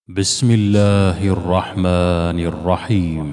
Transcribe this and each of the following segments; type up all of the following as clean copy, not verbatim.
بسم الله الرحمن الرحيم.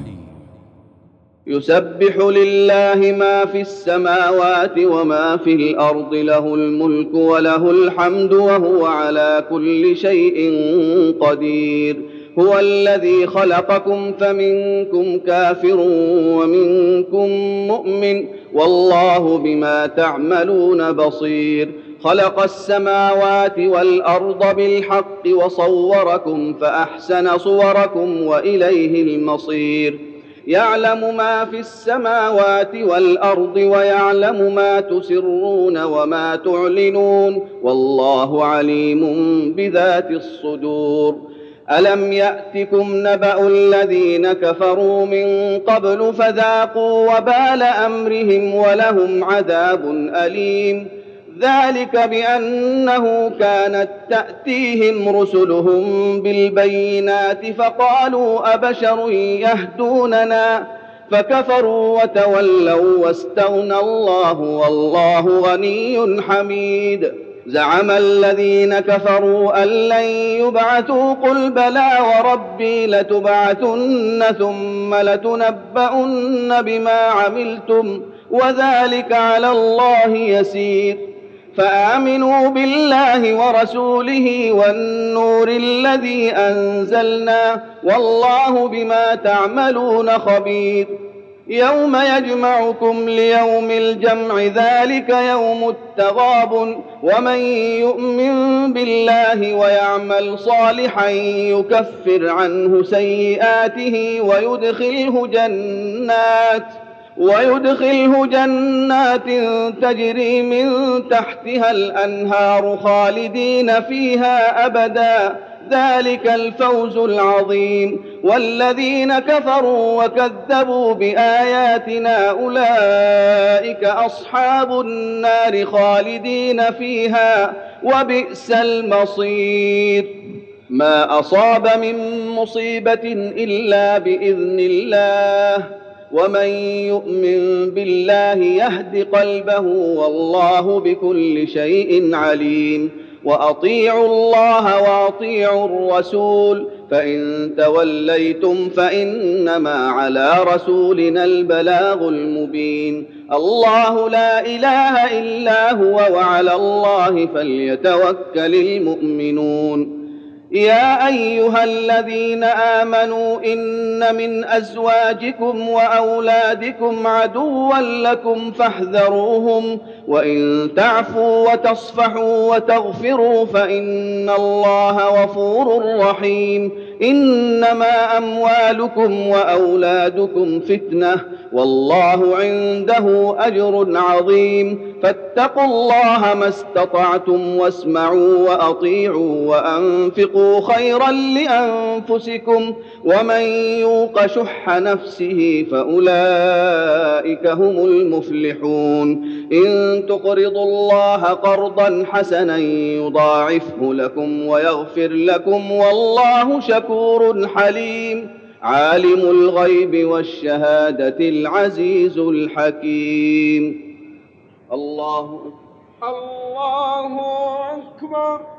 يسبح لله ما في السماوات وما في الأرض، له الملك وله الحمد وهو على كل شيء قدير. هو الذي خلقكم فمنكم كافر ومنكم مؤمن، والله بما تعملون بصير. خلق السماوات والأرض بالحق وصوركم فأحسن صوركم وإليه المصير. يعلم ما في السماوات والأرض ويعلم ما تسرون وما تعلنون، والله عليم بذات الصدور. ألم يأتكم نبأ الذين كفروا من قبل فذاقوا وبال أمرهم ولهم عذاب أليم. ذلك بأنه كانت تأتيهم رسلهم بالبينات فقالوا أبشر يهدوننا فكفروا وتولوا واستغنى الله والله غني حميد. زعم الذين كفروا أن لن يبعثوا قل بلى وربي لتبعثن ثم لتنبؤن بما عملتم وذلك على الله يسير. فآمنوا بالله ورسوله والنور الذي أنزلنا، والله بما تعملون خبير. يوم يجمعكم ليوم الجمع ذلك يوم التغابن، ومن يؤمن بالله ويعمل صالحا يكفر عنه سيئاته ويدخله جنات تجري من تحتها الأنهار خالدين فيها أبدا، ذلك الفوز العظيم. والذين كفروا وكذبوا بآياتنا أولئك أصحاب النار خالدين فيها وبئس المصير. ما أصاب من مصيبة إلا بإذن الله، ومن يؤمن بالله يهد قلبه والله بكل شيء عليم. وأطيعوا الله وأطيعوا الرسول، فإن توليتم فإنما على رسولنا البلاغ المبين. الله لا إله إلا هو وعلى الله فليتوكل المؤمنون. يا أيها الذين آمنوا إن من أزواجكم وأولادكم عدوا لكم فاحذروهم، وإن تعفوا وتصفحوا وتغفروا فإن الله غفور رحيم. إنما أموالكم وأولادكم فتنة، والله عنده أجر عظيم. فاتقوا الله ما استطعتم واسمعوا وأطيعوا وأنفقوا خيرا لأنفسكم، ومن يوق شح نفسه فأولئك هم المفلحون. إن تقرضوا الله قرضا حسنا يضاعفه لكم ويغفر لكم والله شكور حليم. عالم الغيب والشهادة العزيز الحكيم. الله أكبر.